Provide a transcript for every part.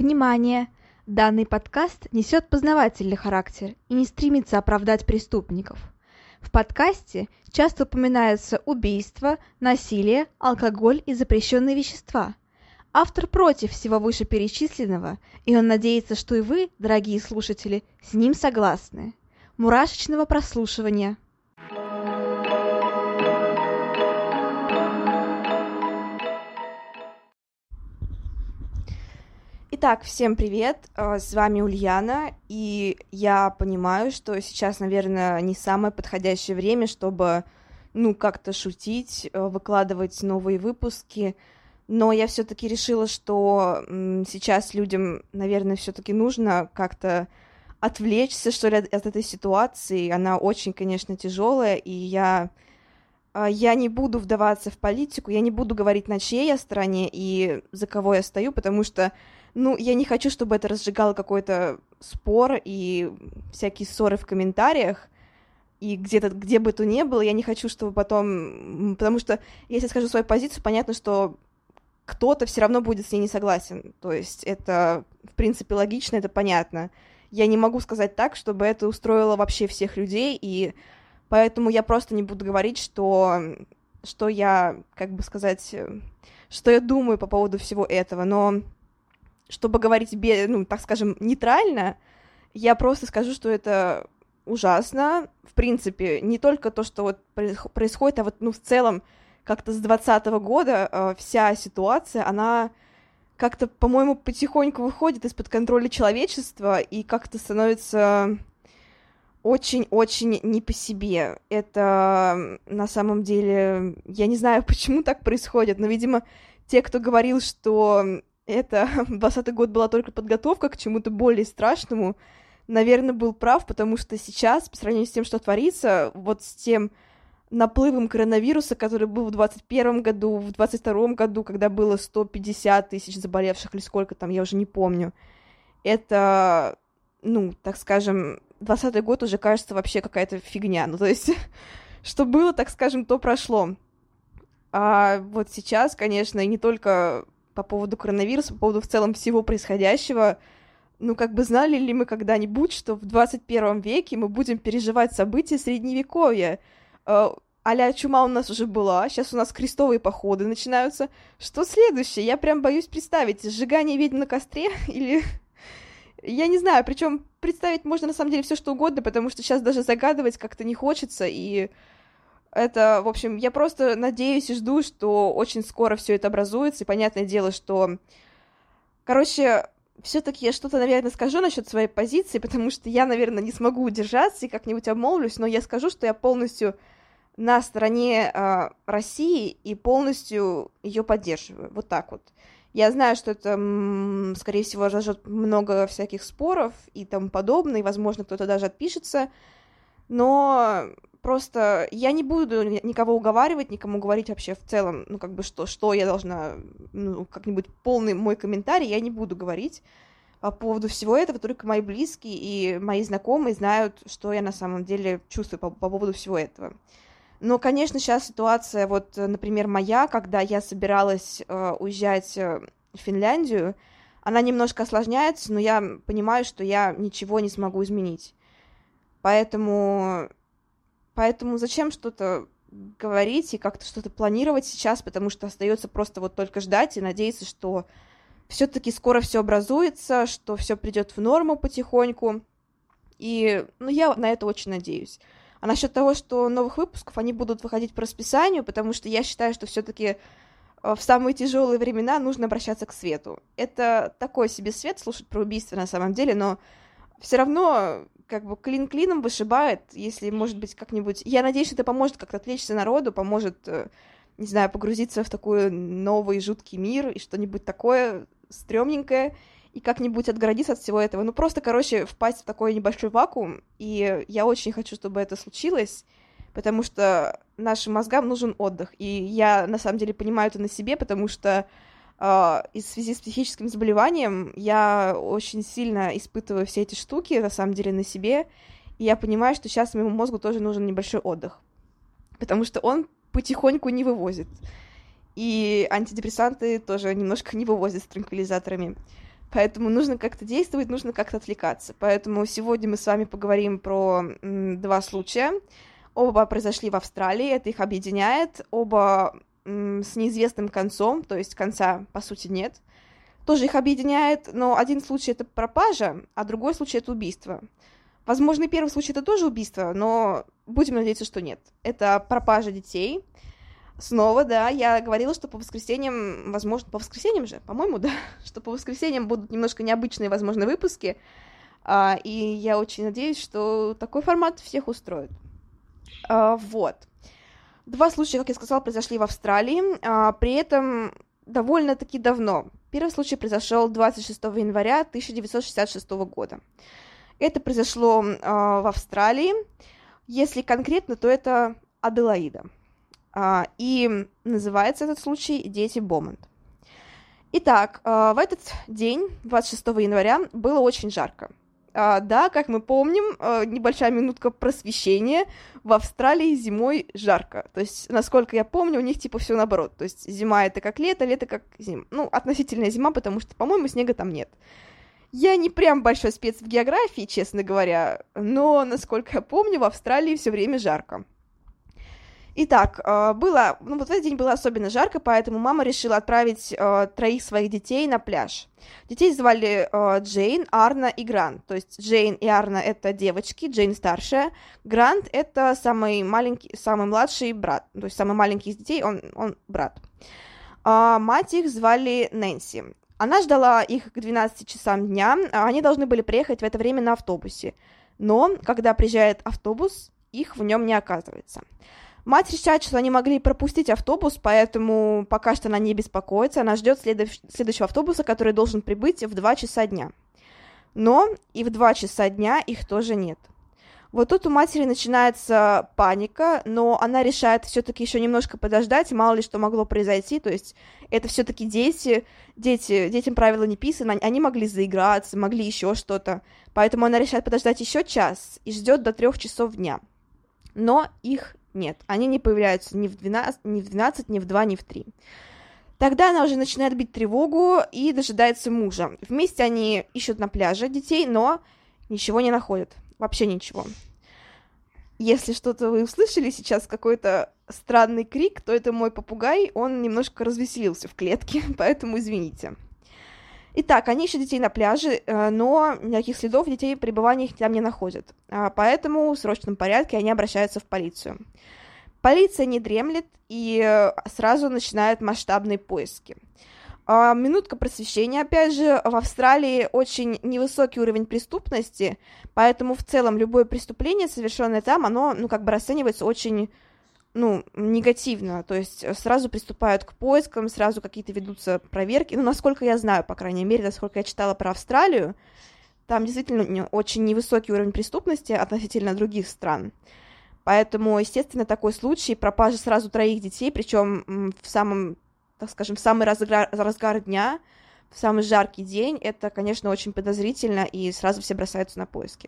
Внимание! Данный подкаст несет познавательный характер и не стремится оправдать преступников. В подкасте часто упоминаются убийства, насилие, алкоголь и запрещенные вещества. Автор против всего вышеперечисленного, и он надеется, что и вы, дорогие слушатели, с ним согласны. Мурашечного прослушивания! Итак, всем привет, с вами Ульяна, и я понимаю, что сейчас, наверное, не самое подходящее время, чтобы, как-то шутить, выкладывать новые выпуски, но я все-таки решила, что сейчас людям, наверное, все-таки нужно как-то отвлечься, что ли, от этой ситуации, она очень, конечно, тяжелая, и я не буду вдаваться в политику, я не буду говорить, на чьей я стороне и за кого я стою, потому что я не хочу, чтобы это разжигало какой-то спор и всякие ссоры в комментариях, и где бы то ни было, я не хочу, чтобы потом... Потому что если скажу свою позицию, понятно, что кто-то все равно будет с ней не согласен. То есть это, в принципе, логично, это понятно. Я не могу сказать так, чтобы это устроило вообще всех людей, и поэтому я просто не буду говорить, что я, что я думаю по поводу всего этого, но... Чтобы говорить, так скажем, нейтрально, я просто скажу, что это ужасно. В принципе, не только то, что вот происходит, а вот, в целом, как-то с 2020 года вся ситуация, она как-то, по-моему, потихоньку выходит из-под контроля человечества и как-то становится очень-очень не по себе. Это, на самом деле, я не знаю, почему так происходит, но, видимо, те, кто говорил, что... Это 2020 год была только подготовка к чему-то более страшному, наверное, был прав, потому что сейчас, по сравнению с тем, что творится, вот с тем наплывом коронавируса, который был в 2021 году, в 2022 году, когда было 150 тысяч заболевших или сколько там, я уже не помню, это, так скажем, 2020 год уже кажется вообще какая-то фигня, то есть, что было, так скажем, то прошло. А вот сейчас, конечно, и не только... по поводу коронавируса, по поводу в целом всего происходящего, знали ли мы когда-нибудь, что в 21 веке мы будем переживать события Средневековья? А-ля чума у нас уже была, сейчас у нас крестовые походы начинаются. Что следующее? Я прям боюсь представить. Сжигание ведьм на костре или... Я не знаю, причем представить можно на самом деле все что угодно, потому что сейчас даже загадывать как-то не хочется, и... Это, в общем, я просто надеюсь и жду, что очень скоро все это образуется, и понятное дело, что... Короче, все-таки я что-то, наверное, скажу насчет своей позиции, потому что я, наверное, не смогу удержаться и как-нибудь обмолвлюсь, но я скажу, что я полностью на стороне России и полностью ее поддерживаю. Вот так вот. Я знаю, что это, скорее всего, разожжет много всяких споров и тому подобное, и, возможно, кто-то даже отпишется, но... Просто я не буду никого уговаривать, никому говорить вообще в целом, что я должна, как-нибудь полный мой комментарий я не буду говорить по поводу всего этого, только мои близкие и мои знакомые знают, что я на самом деле чувствую по поводу всего этого. Но, конечно, сейчас ситуация, вот, например, моя, когда я собиралась уезжать в Финляндию, она немножко осложняется, но я понимаю, что я ничего не смогу изменить. Поэтому зачем что-то говорить и как-то что-то планировать сейчас, потому что остается просто вот только ждать и надеяться, что все-таки скоро все образуется, что все придет в норму потихоньку. И, я на это очень надеюсь. А насчет того, что новых выпусков, они будут выходить по расписанию, потому что я считаю, что все-таки в самые тяжелые времена нужно обращаться к свету. Это такой себе свет, слушать про убийство на самом деле, но все равно... клин клином вышибает, если, может быть, как-нибудь... Я надеюсь, что это поможет как-то отвлечься народу, поможет, не знаю, погрузиться в такой новый жуткий мир и что-нибудь такое стрёмненькое, и как-нибудь отгородиться от всего этого. Просто, впасть в такой небольшой вакуум, и я очень хочу, чтобы это случилось, потому что нашим мозгам нужен отдых, и я, на самом деле, понимаю это на себе, потому что и в связи с психическим заболеванием я очень сильно испытываю все эти штуки, на самом деле, на себе, и я понимаю, что сейчас моему мозгу тоже нужен небольшой отдых, потому что он потихоньку не вывозит, и антидепрессанты тоже немножко не вывозят с транквилизаторами. Поэтому нужно как-то действовать, нужно как-то отвлекаться. Поэтому сегодня мы с вами поговорим про два случая. Оба произошли в Австралии, это их объединяет. Оба с неизвестным концом, то есть конца, по сути, нет. Тоже их объединяет, но один случай — это пропажа, а другой случай — это убийство. Возможно, и первый случай — это тоже убийство, но будем надеяться, что нет. Это пропажа детей. Снова, да, я говорила, что по воскресеньям, возможно, по воскресеньям же, по-моему, да, что по воскресеньям будут немножко необычные, возможно, выпуски, и я очень надеюсь, что такой формат всех устроит. Вот. Два случая, как я сказала, произошли в Австралии, при этом довольно-таки давно. Первый случай произошел 26 января 1966 года. Это произошло в Австралии. Если конкретно, то это Аделаида. И называется этот случай «Дети Бомонд». Итак, в этот день, 26 января, было очень жарко. Да, как мы помним, небольшая минутка просвещения, в Австралии зимой жарко. То есть, насколько я помню, у них типа все наоборот. То есть зима — это как лето, лето — как зима. Ну, относительная зима, потому что, по-моему, снега там нет. Я не прям большой спец в географии, честно говоря, но, насколько я помню, в Австралии все время жарко. Итак, вот в этот день было особенно жарко, поэтому мама решила отправить троих своих детей на пляж. Детей звали Джейн, Арна и Грант. То есть Джейн и Арна — это девочки, Джейн старшая, Грант — это самый младший брат, то есть самый маленький из детей, он брат. Мать их звали Нэнси. Она ждала их к 12 часам дня, они должны были приехать в это время на автобусе. Но, когда приезжает автобус, их в нем не оказывается. Мать решает, что они могли пропустить автобус, поэтому пока что она не беспокоится, она ждет следующего автобуса, который должен прибыть в 2 часа дня. Но и в 2 часа дня их тоже нет. Вот тут у матери начинается паника, но она решает все-таки еще немножко подождать, мало ли что могло произойти, то есть это все-таки детям правила не писаны, они могли заиграться, могли еще что-то, поэтому она решает подождать еще час и ждет до 3 часов дня. Но их нет, они не появляются ни в 12, ни в 2, ни в 3. Тогда она уже начинает бить тревогу и дожидается мужа. Вместе они ищут на пляже детей, но ничего не находят. Вообще ничего. Если что-то вы услышали сейчас, какой-то странный крик, то это мой попугай, он немножко развеселился в клетке, поэтому извините. Итак, они ищут детей на пляже, но никаких следов детей пребывания их там не находят. Поэтому в срочном порядке они обращаются в полицию. Полиция не дремлет и сразу начинает масштабные поиски. Минутка просвещения, опять же, в Австралии очень невысокий уровень преступности, поэтому в целом любое преступление, совершенное там, оно, расценивается очень, негативно, то есть сразу приступают к поискам, сразу какие-то ведутся проверки, насколько я знаю, по крайней мере, насколько я читала про Австралию, там действительно очень невысокий уровень преступности относительно других стран. Поэтому, естественно, такой случай, пропажа сразу 3 детей, причем в самый разгар дня, в самый жаркий день, это, конечно, очень подозрительно, и сразу все бросаются на поиски.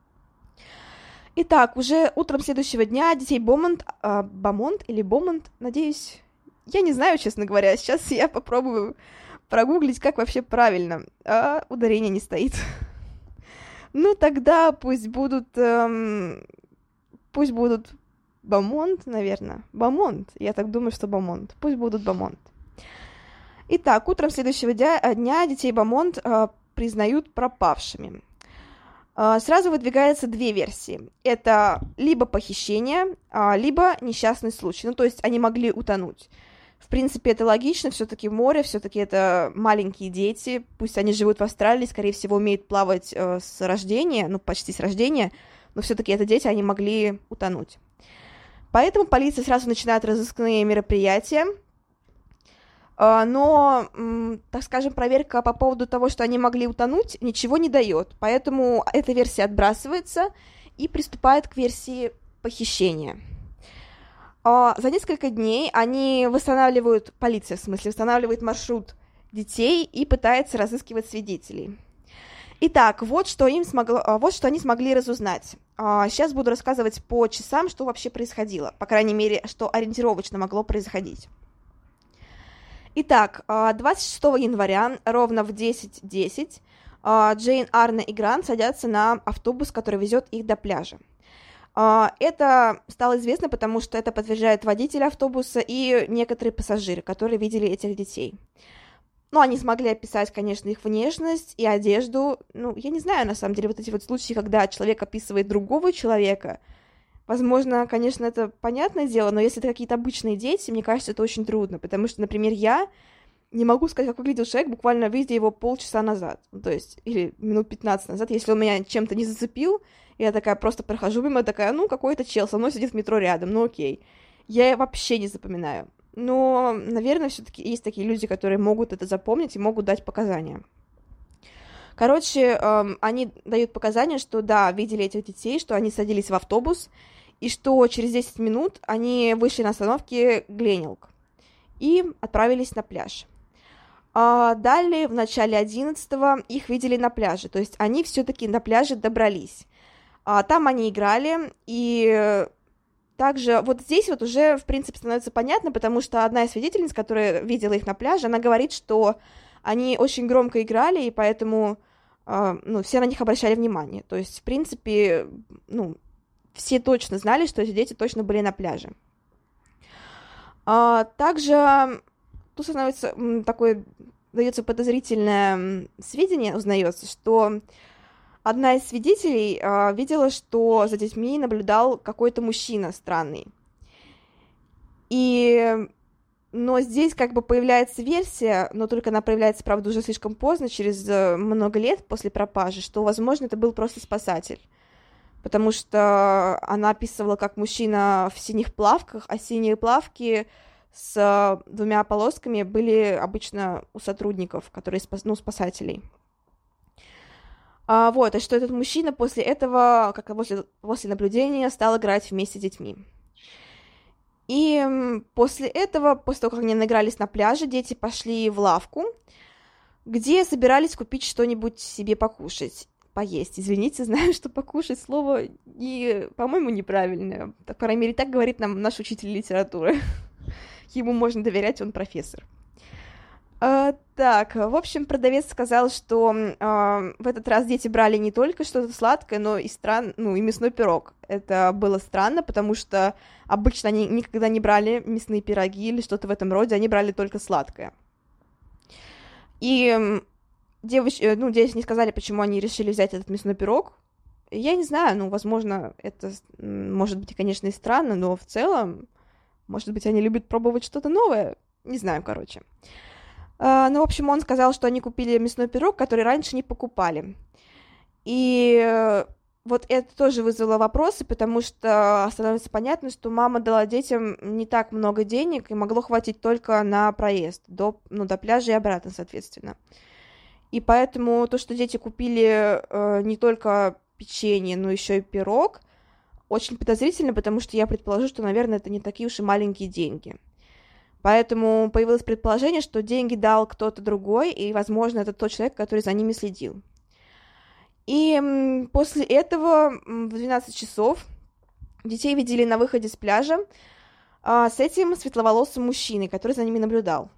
Итак, уже утром следующего дня детей Бомонд, надеюсь, я не знаю, честно говоря, сейчас я попробую прогуглить, как вообще правильно, ударение не стоит. Тогда пусть будут Бомонд, наверное. Бомонд. Я так думаю, что Бомонд. Пусть будут Бомонд. Итак, утром следующего дня детей Бомонд признают пропавшими. Сразу выдвигаются 2 версии. Это либо похищение, либо несчастный случай. То есть они могли утонуть. В принципе, это логично. Все-таки море, все-таки это маленькие дети. Пусть они живут в Австралии, скорее всего, умеют плавать с рождения, почти с рождения, но все-таки это дети, они могли утонуть. Поэтому полиция сразу начинает разыскные мероприятия, но, так скажем, проверка по поводу того, что они могли утонуть, ничего не дает, поэтому эта версия отбрасывается и приступает к версии похищения. За несколько дней полиция восстанавливает маршрут детей и пытается разыскивать свидетелей. Итак, вот что они смогли разузнать. Сейчас буду рассказывать по часам, что вообще происходило, по крайней мере, что ориентировочно могло происходить. Итак, 26 января ровно в 10:10 Джейн, Арне и Грант садятся на автобус, который везет их до пляжа. Это стало известно, потому что это подтверждает водитель автобуса и некоторые пассажиры, которые видели этих детей. Ну, они смогли описать, конечно, их внешность и одежду. Ну, я не знаю, на самом деле, вот эти вот случаи, когда человек описывает другого человека, возможно, конечно, это понятное дело, но если это какие-то обычные дети, мне кажется, это очень трудно, потому что, например, я не могу сказать, как выглядел человек, буквально видя его полчаса назад, ну, то есть, или минут 15 назад, если он меня чем-то не зацепил, я такая просто прохожу мимо, такая, ну, какой-то чел со мной сидит в метро рядом, ну, окей. Я вообще не запоминаю. Но, наверное, все-таки есть такие люди, которые могут это запомнить и могут дать показания. Короче, они дают показания, что да, видели этих детей, что они садились в автобус, и что через 10 минут они вышли на остановке Гленилк и отправились на пляж. Далее, в начале 11-го, их видели на пляже, то есть они все-таки на пляже добрались. Там они играли, и также вот здесь вот уже, в принципе, становится понятно, потому что одна из свидетельниц, которая видела их на пляже, она говорит, что они очень громко играли, и поэтому, ну, все на них обращали внимание. То есть, в принципе, ну, все точно знали, что эти дети точно были на пляже. Также тут становится такое, дается подозрительное сведение, узнается, что одна из свидетелей видела, что за детьми наблюдал какой-то мужчина странный. Но здесь как бы появляется версия, но только она появляется, правда, уже слишком поздно, через много лет после пропажи, что, возможно, это был просто спасатель. Потому что она описывала, как мужчина в синих плавках, а синие плавки с двумя полосками были обычно у сотрудников, которые, спасателей. Вот, и что этот мужчина после этого, как после наблюдения, стал играть вместе с детьми. И после этого, после того, как они наигрались на пляже, дети пошли в лавку, где собирались купить что-нибудь себе покушать. Поесть. Извините, знаю, что покушать слово, по-моему, неправильное. По крайней мере, так говорит нам наш учитель литературы. Ему можно доверять, он профессор. Так, в общем, продавец сказал, что в этот раз дети брали не только что-то сладкое, но и и мясной пирог. Это было странно, потому что обычно они никогда не брали мясные пироги или что-то в этом роде, они брали только сладкое. И дети не сказали, почему они решили взять этот мясной пирог. Я не знаю, возможно, это может быть, конечно, и странно, но в целом, может быть, они любят пробовать что-то новое. Не знаю, короче. В общем, он сказал, что они купили мясной пирог, который раньше не покупали. И вот это тоже вызвало вопросы, потому что становится понятно, что мама дала детям не так много денег, и могло хватить только на проезд до пляжа и обратно, соответственно. И поэтому то, что дети купили не только печенье, но еще и пирог, очень подозрительно, потому что я предположу, что, наверное, это не такие уж и маленькие деньги. Поэтому появилось предположение, что деньги дал кто-то другой, и, возможно, это тот человек, который за ними следил. И после этого в 12 часов детей видели на выходе с пляжа с этим светловолосым мужчиной, который за ними наблюдал.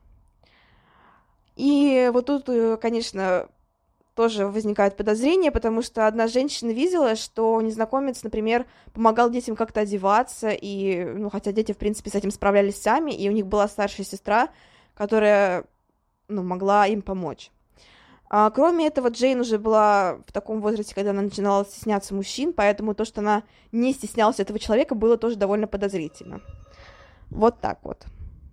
И вот тут, конечно, тоже возникают подозрения, потому что одна женщина видела, что незнакомец, например, помогал детям как-то одеваться, и, хотя дети, в принципе, с этим справлялись сами, и у них была старшая сестра, которая, могла им помочь. Кроме этого, Джейн уже была в таком возрасте, когда она начинала стесняться мужчин, поэтому то, что она не стеснялась этого человека, было тоже довольно подозрительно. Вот так вот.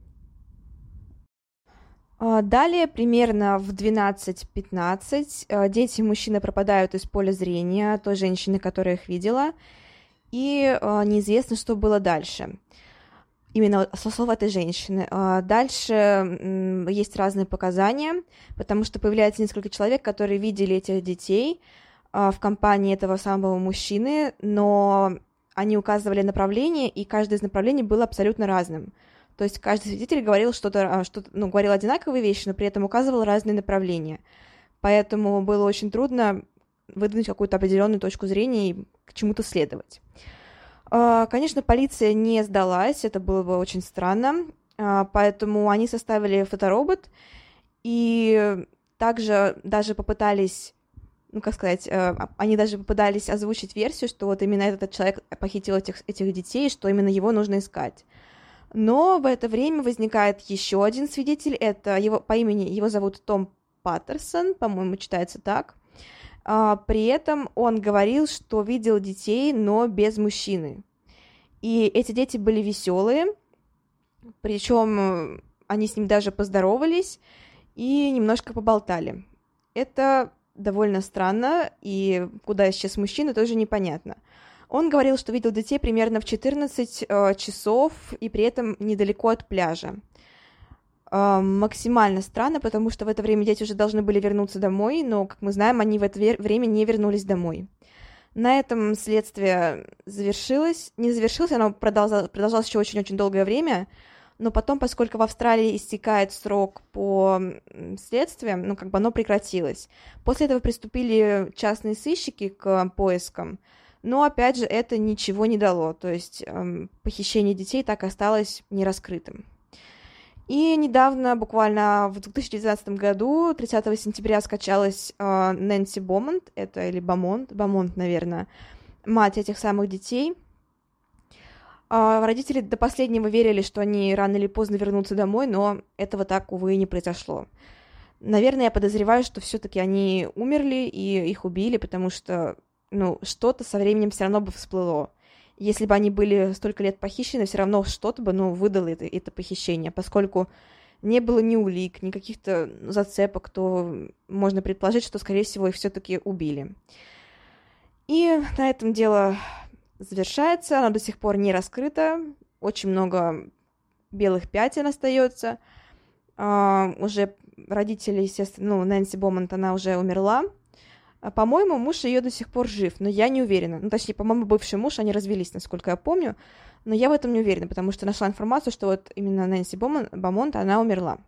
Далее, примерно в 12:15, дети и мужчины пропадают из поля зрения той женщины, которая их видела, и неизвестно, что было дальше. Именно со слов этой женщины. Дальше есть разные показания, потому что появляется несколько человек, которые видели этих детей в компании этого самого мужчины, но они указывали направление, и каждое из направлений было абсолютно разным. То есть каждый свидетель говорил говорил одинаковые вещи, но при этом указывал разные направления. Поэтому было очень трудно выдвинуть какую-то определенную точку зрения и к чему-то следовать. Конечно, полиция не сдалась, это было бы очень странно. поэтому они составили фоторобот и также даже попытались, ну, как сказать, они даже попытались озвучить версию, что вот именно этот человек похитил этих детей, что именно его нужно искать. Но в это время возникает еще один свидетель, это его по имени, его зовут Том Паттерсон, по-моему, читается так. При этом он говорил, что видел детей, но без мужчины. И эти дети были веселые, причем они с ним даже поздоровались и немножко поболтали. Это довольно странно, и куда исчез мужчина, тоже непонятно. Он говорил, что видел детей примерно в 14 часов, и при этом недалеко от пляжа. Максимально странно, потому что в это время дети уже должны были вернуться домой, но, как мы знаем, они в это время не вернулись домой. На этом следствие завершилось. Не завершилось, оно продолжалось еще очень-очень долгое время, но потом, поскольку в Австралии истекает срок по следствиям, ну, как бы оно прекратилось. После этого приступили частные сыщики к поискам, но, опять же, это ничего не дало, то есть похищение детей так и осталось нераскрытым. И недавно, буквально в 2019 году, 30 сентября, скачалась Нэнси Бомонт, это или Бомонт, наверное, мать этих самых детей. Родители до последнего верили, что они рано или поздно вернутся домой, но этого так, увы, не произошло. Наверное, я подозреваю, что все-таки они умерли и их убили, потому что, ну, что-то со временем все равно бы всплыло. Если бы они были столько лет похищены, все равно что-то бы, ну, выдало это похищение, поскольку не было ни улик, ни каких-то зацепок, то можно предположить, что, скорее всего, их все-таки убили. И на этом дело завершается, оно до сих пор не раскрыто, очень много белых пятен остается. Уже родители, естественно, ну, Нэнси Бомонт, она уже умерла. По-моему, муж ее до сих пор жив, но я не уверена. Ну, точнее, по-моему, бывший муж, они развелись, насколько я помню, но я в этом не уверена, потому что нашла информацию, что вот именно Нэнси Бомонт, она умерла.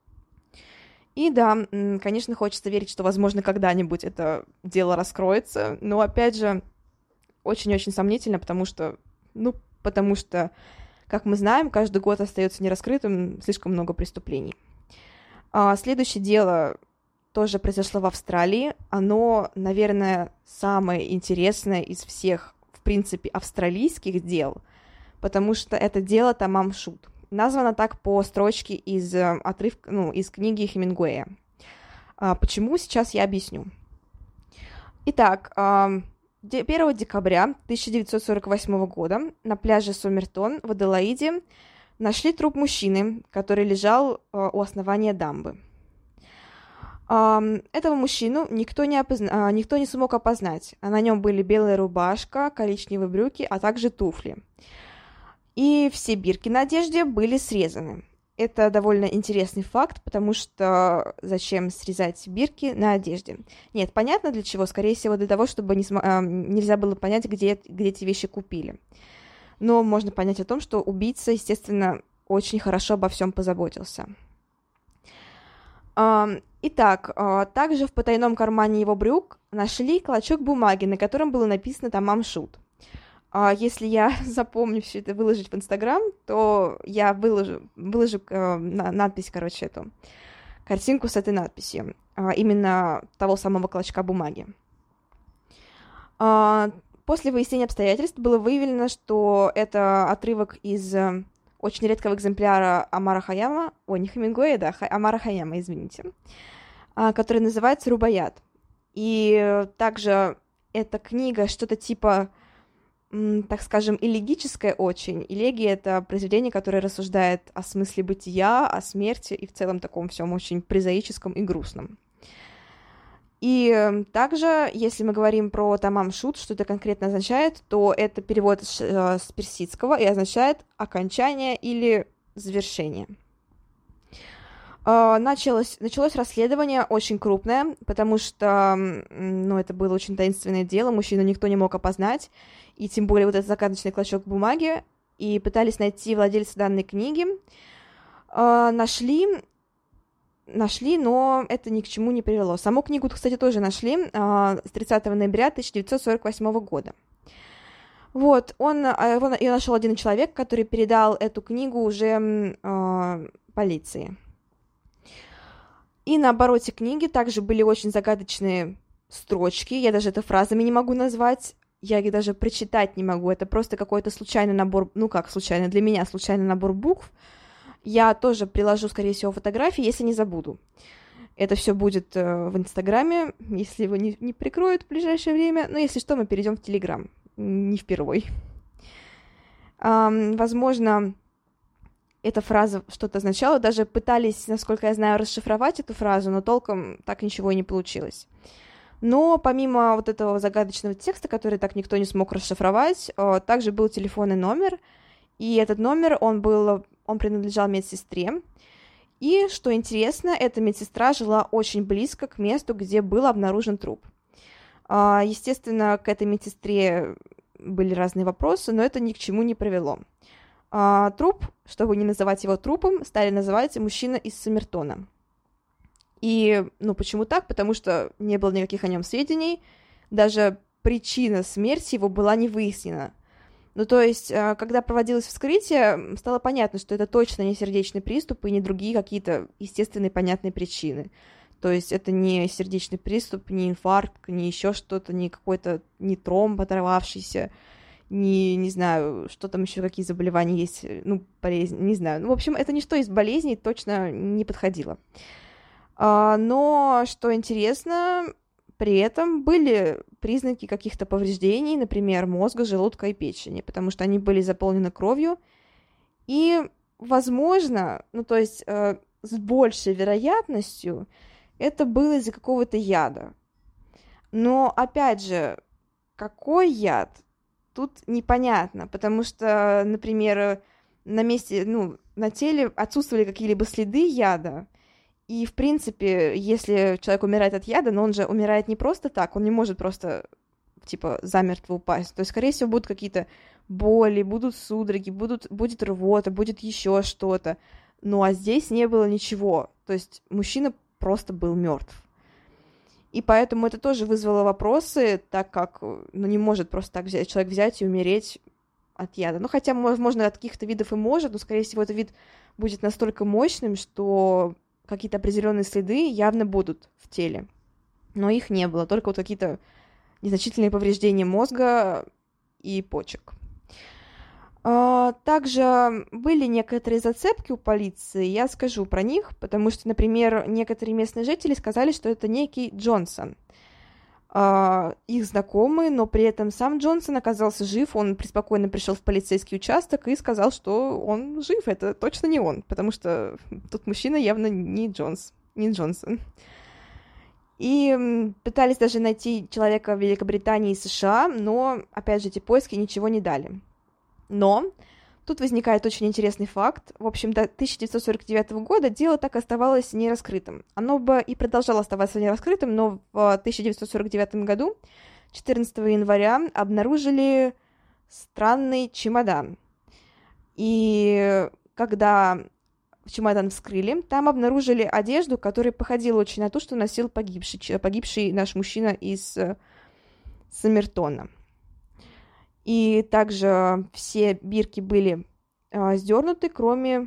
И да, конечно, хочется верить, что, возможно, когда-нибудь это дело раскроется, но, опять же, очень-очень сомнительно, потому что, как мы знаем, каждый год остается нераскрытым слишком много преступлений. Следующее дело тоже произошло в Австралии. Оно, наверное, самое интересное из всех, в принципе, австралийских дел, потому что это дело Тамам Шут. Названо так по строчке из книги Хемингуэя. Почему, сейчас я объясню. Итак, 1 декабря 1948 года на пляже Сомертон в Аделаиде нашли труп мужчины, который лежал у основания дамбы. Этого мужчину никто не смог опознать. На нем были белая рубашка, коричневые брюки, а также туфли. И все бирки на одежде были срезаны. Это довольно интересный факт, потому что зачем срезать бирки на одежде? Нет, понятно для чего, скорее всего для того, чтобы нельзя было понять, где эти вещи купили. Но можно понять о том, что убийца, естественно, очень хорошо обо всем позаботился. Итак, также в потайном кармане его брюк нашли клочок бумаги, на котором было написано «Тамам Шут». Если я запомню все это выложить в Инстаграм, то я выложу надпись, эту картинку с этой надписью, именно того самого клочка бумаги. После выяснения обстоятельств было выявлено, что это отрывок из очень редкого экземпляра Омара Хайяма, не Хемингуэя, да, Омара Хайяма, извините, который называется «Рубаят». И также эта книга что-то типа, так скажем, элегическое очень. Элегия — это произведение, которое рассуждает о смысле бытия, о смерти и в целом таком всем очень прозаическом и грустном. И также, если мы говорим про Тамам Шут, что это конкретно означает, то это перевод с персидского и означает «окончание» или «завершение». Началось расследование очень крупное, потому что, это было очень таинственное дело, мужчину никто не мог опознать, и тем более вот этот загадочный клочок бумаги, и пытались найти владельца данной книги. Нашли, но это ни к чему не привело. Саму книгу, кстати, тоже нашли с 30 ноября 1948 года. Вот, я нашел один человек, который передал эту книгу уже полиции. И на обороте книги также были очень загадочные строчки, я даже это фразами не могу назвать, я их даже прочитать не могу, это просто какой-то случайный набор, ну как случайный, для меня случайный набор букв. Я тоже приложу, скорее всего, фотографии, если не забуду. Это все будет в Инстаграме, если его не прикроют в ближайшее время. Но если что, мы перейдем в Телеграм. Не впервой. Возможно, эта фраза что-то означала. Даже пытались, насколько я знаю, расшифровать эту фразу, но толком так ничего и не получилось. Но помимо вот этого загадочного текста, который так никто не смог расшифровать, также был телефонный номер. И этот номер, он принадлежал медсестре. И, что интересно, эта медсестра жила очень близко к месту, где был обнаружен труп. Естественно, к этой медсестре были разные вопросы, но это ни к чему не привело. Труп, чтобы не называть его трупом, стали называть мужчина из Сомертона. И, почему так? Потому что не было никаких о нем сведений, даже причина смерти его была не выяснена. То есть, когда проводилось вскрытие, стало понятно, что это точно не сердечный приступ и не другие какие-то естественные понятные причины. То есть это не сердечный приступ, не инфаркт, не еще что-то, не какой-то, не тромб оторвавшийся, не знаю, что там еще, какие заболевания есть, болезни, не знаю. В общем, это ничто из болезней точно не подходило. Но, что интересно, при этом были признаки каких-то повреждений, например, мозга, желудка и печени, потому что они были заполнены кровью. И, возможно, с большей вероятностью это было из-за какого-то яда. Но, опять же, какой яд? Тут непонятно, потому что, например, на теле отсутствовали какие-либо следы яда. И, в принципе, если человек умирает от яда, но он же умирает не просто так, он не может просто, замертво упасть. То есть, скорее всего, будут какие-то боли, будут судороги, будет рвота, будет еще что-то. А здесь не было ничего. То есть, мужчина просто был мертв. И поэтому это тоже вызвало вопросы, так как, не может просто так человек взять и умереть от яда. Хотя, возможно, от каких-то видов и может, но, скорее всего, этот вид будет настолько мощным, что какие-то определенные следы явно будут в теле, но их не было, только вот какие-то незначительные повреждения мозга и почек. Также были некоторые зацепки у полиции, я скажу про них, потому что, например, некоторые местные жители сказали, что это некий Джонсон, их знакомый, но при этом сам Джонсон оказался жив, он преспокойно пришел в полицейский участок и сказал, что он жив, это точно не он, потому что тут мужчина явно не Джонсон. И пытались даже найти человека в Великобритании и США, но, опять же, эти поиски ничего не дали. Но тут возникает очень интересный факт. В общем, до 1949 года дело так оставалось нераскрытым. Оно бы и продолжало оставаться нераскрытым, но в 1949 году, 14 января, обнаружили странный чемодан. И когда чемодан вскрыли, там обнаружили одежду, которая походила очень на ту, что носил погибший наш мужчина из Сомертона. И также все бирки были сдернуты, кроме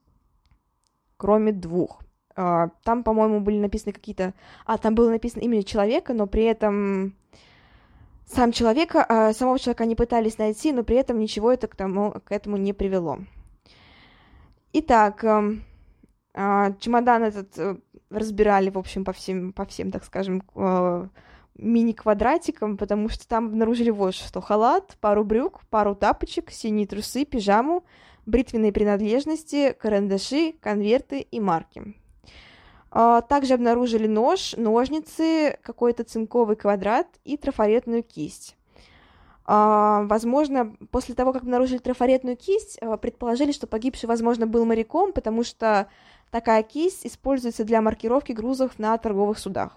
двух. Там, по-моему, были написаны какие-то... там было написано имя человека, но при этом самого человека они пытались найти, но при этом ничего это к этому не привело. Итак, чемодан этот разбирали, в общем, по всем, так скажем, мини-квадратиком, потому что там обнаружили вот что: халат, пару брюк, пару тапочек, синие трусы, пижаму, бритвенные принадлежности, карандаши, конверты и марки. Также обнаружили нож, ножницы, какой-то цинковый квадрат и трафаретную кисть. Возможно, после того, как обнаружили трафаретную кисть, предположили, что погибший, возможно, был моряком, потому что такая кисть используется для маркировки грузов на торговых судах.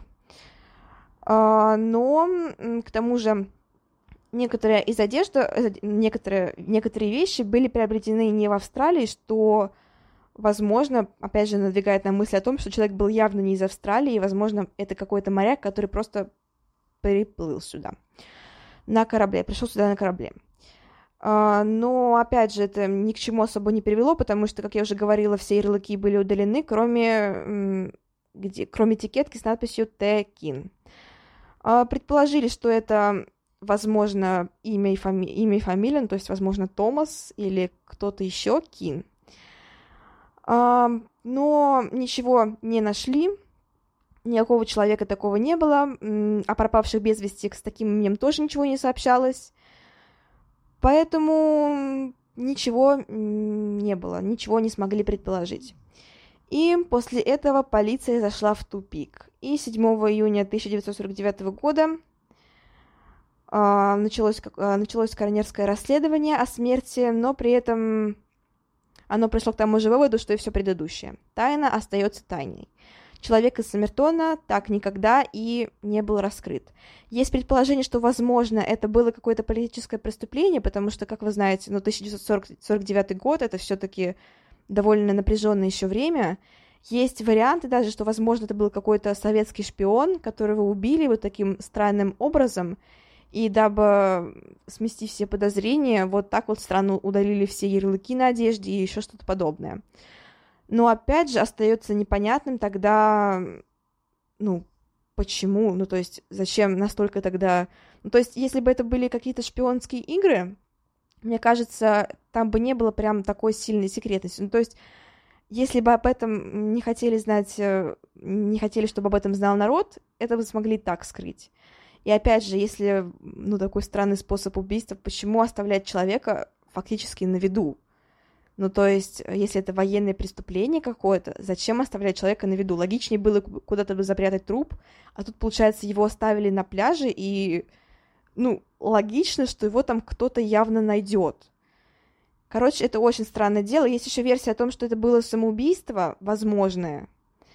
Но, к тому же, некоторые из одежды, некоторые вещи были приобретены не в Австралии, что, возможно, опять же, надвигает на мысль о том, что человек был явно не из Австралии, и, возможно, это какой-то моряк, который просто приплыл сюда на корабле, пришел сюда на корабле. Но, опять же, это ни к чему особо не привело, потому что, как я уже говорила, все ярлыки были удалены, кроме этикетки с надписью «Т. Кин». Предположили, что это, возможно, имя и фамилия, ну, то есть, возможно, Томас или кто-то еще Кин. Но ничего не нашли, никакого человека такого не было, о пропавших без вести с таким именем тоже ничего не сообщалось, поэтому ничего не было, ничего не смогли предположить. И после этого полиция зашла в тупик. И 7 июня 1949 года началось коронерское расследование о смерти, но при этом оно пришло к тому же выводу, что и все предыдущее. Тайна остается тайной. Человек из Сомертона так никогда и не был раскрыт. Есть предположение, что, возможно, это было какое-то политическое преступление, потому что, как вы знаете, 1949 год — это все-таки довольно напряженное еще время. Есть варианты даже, что, возможно, это был какой-то советский шпион, которого убили вот таким странным образом, и дабы смести все подозрения, вот так вот странно удалили все ярлыки на одежде и еще что-то подобное. Но опять же остается непонятным тогда, почему, то есть зачем настолько тогда... то есть если бы это были какие-то шпионские игры, мне кажется, там бы не было прям такой сильной секретности. То есть если бы об этом не хотели знать, не хотели, чтобы об этом знал народ, это бы смогли так скрыть. И опять же, если, такой странный способ убийства, почему оставлять человека фактически на виду? То есть, если это военное преступление какое-то, зачем оставлять человека на виду? Логичнее было куда-то бы запрятать труп, а тут, получается, его оставили на пляже, и, логично, что его там кто-то явно найдет. Короче, это очень странное дело. Есть еще версия о том, что это было самоубийство, возможное.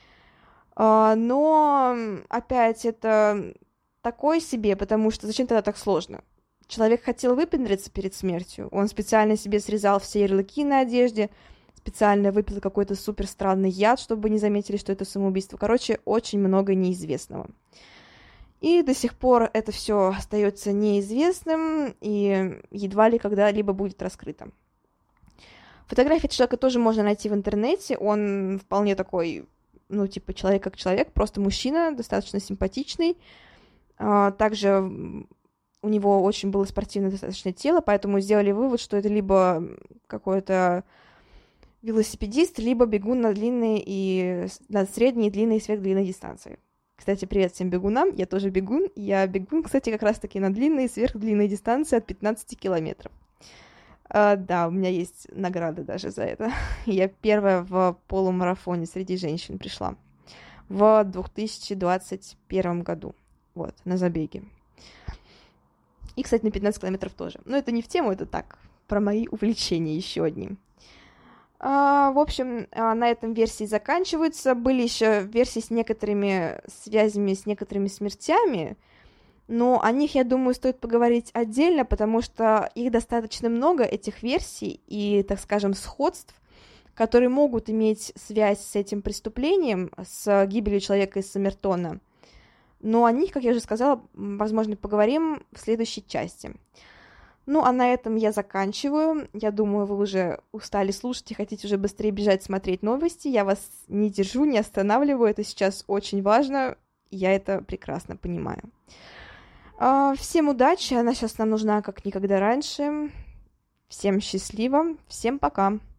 Но, опять, это такое себе, потому что зачем тогда так сложно? Человек хотел выпендриться перед смертью. Он специально себе срезал все ярлыки на одежде, специально выпил какой-то супер странный яд, чтобы не заметили, что это самоубийство. Короче, очень много неизвестного. И до сих пор это все остается неизвестным и едва ли когда-либо будет раскрыто. Фотографии человека тоже можно найти в интернете. Он вполне такой, человек как человек, просто мужчина, достаточно симпатичный. Также у него очень было спортивное достаточно тело, поэтому сделали вывод, что это либо какой-то велосипедист, либо бегун на средние и длинные сверхдлинные дистанции. Кстати, привет всем бегунам, я тоже бегун. Я бегун, кстати, как раз-таки на длинные и сверхдлинные дистанции от 15 километров. Да, у меня есть награда даже за это. Я первая в полумарафоне среди женщин пришла в 2021 году. Вот, на забеге. И, кстати, на 15 километров тоже. Но это не в тему, это так, про мои увлечения еще одни. В общем, на этом версии заканчиваются. Были еще версии с некоторыми связями, с некоторыми смертями, но о них, я думаю, стоит поговорить отдельно, потому что их достаточно много, этих версий и, так скажем, сходств, которые могут иметь связь с этим преступлением, с гибелью человека из Сомертона. Но о них, как я уже сказала, возможно, поговорим в следующей части. А на этом я заканчиваю. Я думаю, вы уже устали слушать и хотите уже быстрее бежать смотреть новости. Я вас не держу, не останавливаю. Это сейчас очень важно. Я это прекрасно понимаю. Всем удачи. Она сейчас нам нужна как никогда раньше. Всем счастливо. Всем пока.